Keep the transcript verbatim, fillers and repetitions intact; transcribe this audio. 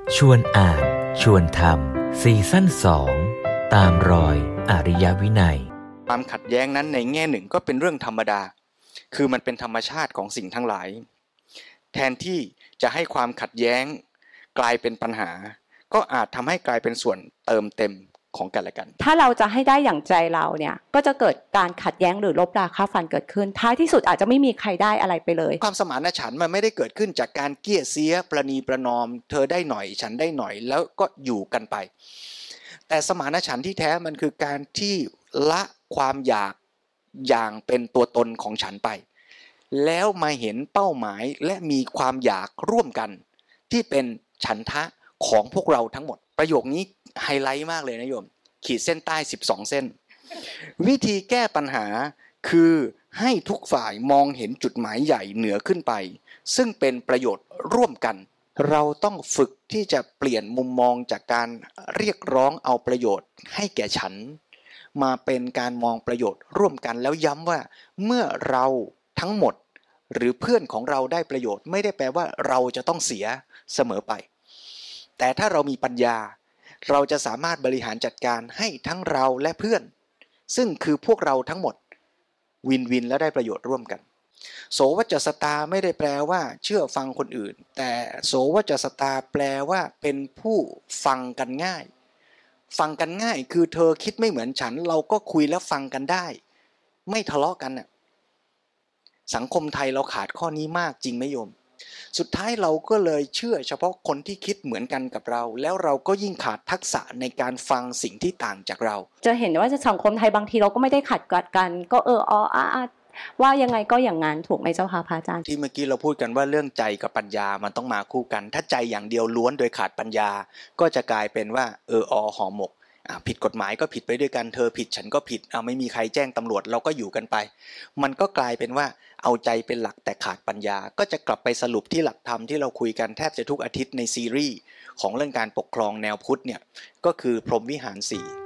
ชวนอ่านชวนทำซีซั่นสองตามรอยอริยวินัยความขัดแย้งนั้นในแง่หนึ่งก็เป็นเรื่องธรรมดาคือมันเป็นธรรมชาติของสิ่งทั้งหลายแทนที่จะให้ความขัดแย้งกลายเป็นปัญหาก็อาจทำให้กลายเป็นส่วนเติมเต็มของกันและกันถ้าเราจะให้ได้อย่างใจเราเนี่ยก็จะเกิดการขัดแย้งหรือลบราค่าฟันเกิดขึ้นท้ายที่สุดอาจจะไม่มีใครได้อะไรไปเลยความสมานฉันท์มันไม่ได้เกิดขึ้นจากการเกี้ยเสียประนีประนอมเธอได้หน่อยฉันได้หน่อยแล้วก็อยู่กันไปแต่สมานฉันท์ที่แท้มันคือการที่ละความอยากอย่างเป็นตัวตนของฉันไปแล้วมาเห็นเป้าหมายและมีความอยากร่วมกันที่เป็นฉันทะของพวกเราทั้งหมดประโยคนี้ไฮไลท์มากเลยนะโยมขีดเส้นใต้สิบสองเส้นวิธีแก้ปัญหาคือให้ทุกฝ่ายมองเห็นจุดหมายใหญ่เหนือขึ้นไปซึ่งเป็นประโยชน์ร่วมกันเราต้องฝึกที่จะเปลี่ยนมุมมองจากการเรียกร้องเอาประโยชน์ให้แก่ฉันมาเป็นการมองประโยชน์ร่วมกันแล้วย้ำว่าเมื่อเราทั้งหมดหรือเพื่อนของเราได้ประโยชน์ไม่ได้แปลว่าเราจะต้องเสียเสมอไปแต่ถ้าเรามีปัญญาเราจะสามารถบริหารจัดการให้ทั้งเราและเพื่อนซึ่งคือพวกเราทั้งหมดวินวินและได้ประโยชน์ร่วมกันโสวัจจสตาไม่ได้แปลว่าเชื่อฟังคนอื่นแต่โสวัจจสตาแปลว่าเป็นผู้ฟังกันง่ายฟังกันง่ายคือเธอคิดไม่เหมือนฉันเราก็คุยแล้วฟังกันได้ไม่ทะเลาะกันน่ะสังคมไทยเราขาดข้อนี้มากจริงไหมโยมสุดท้ายเราก็เลยเชื่อเฉพาะคนที่คิดเหมือนกันกับเราแล้วเราก็ยิ่งขาดทักษะในการฟังสิ่งที่ต่างจากเราจะเห็นว่าสังคมไทยบางทีเราก็ไม่ได้ขัดกัดกันก็เอออ๋ออ่ะว่ายังไงก็อย่างนั้นถูกไหมเจ้าค่ะพระอาจารย์ที่เมื่อกี้เราพูดกันว่าเรื่องใจกับปัญญามันต้องมาคู่กันถ้าใจอย่างเดียวล้วนโดยขาดปัญญาก็จะกลายเป็นว่าเอออห่อหมกอ่ะผิดกฎหมายก็ผิดไปด้วยกันเธอผิดฉันก็ผิดเอาไม่มีใครแจ้งตำรวจเราก็อยู่กันไปมันก็กลายเป็นว่าเอาใจเป็นหลักแต่ขาดปัญญาก็จะกลับไปสรุปที่หลักธรรมที่เราคุยกันแทบจะทุกอาทิตย์ในซีรีส์ของเรื่องการปกครองแนวพุทธเนี่ยก็คือพรหมวิหารสี่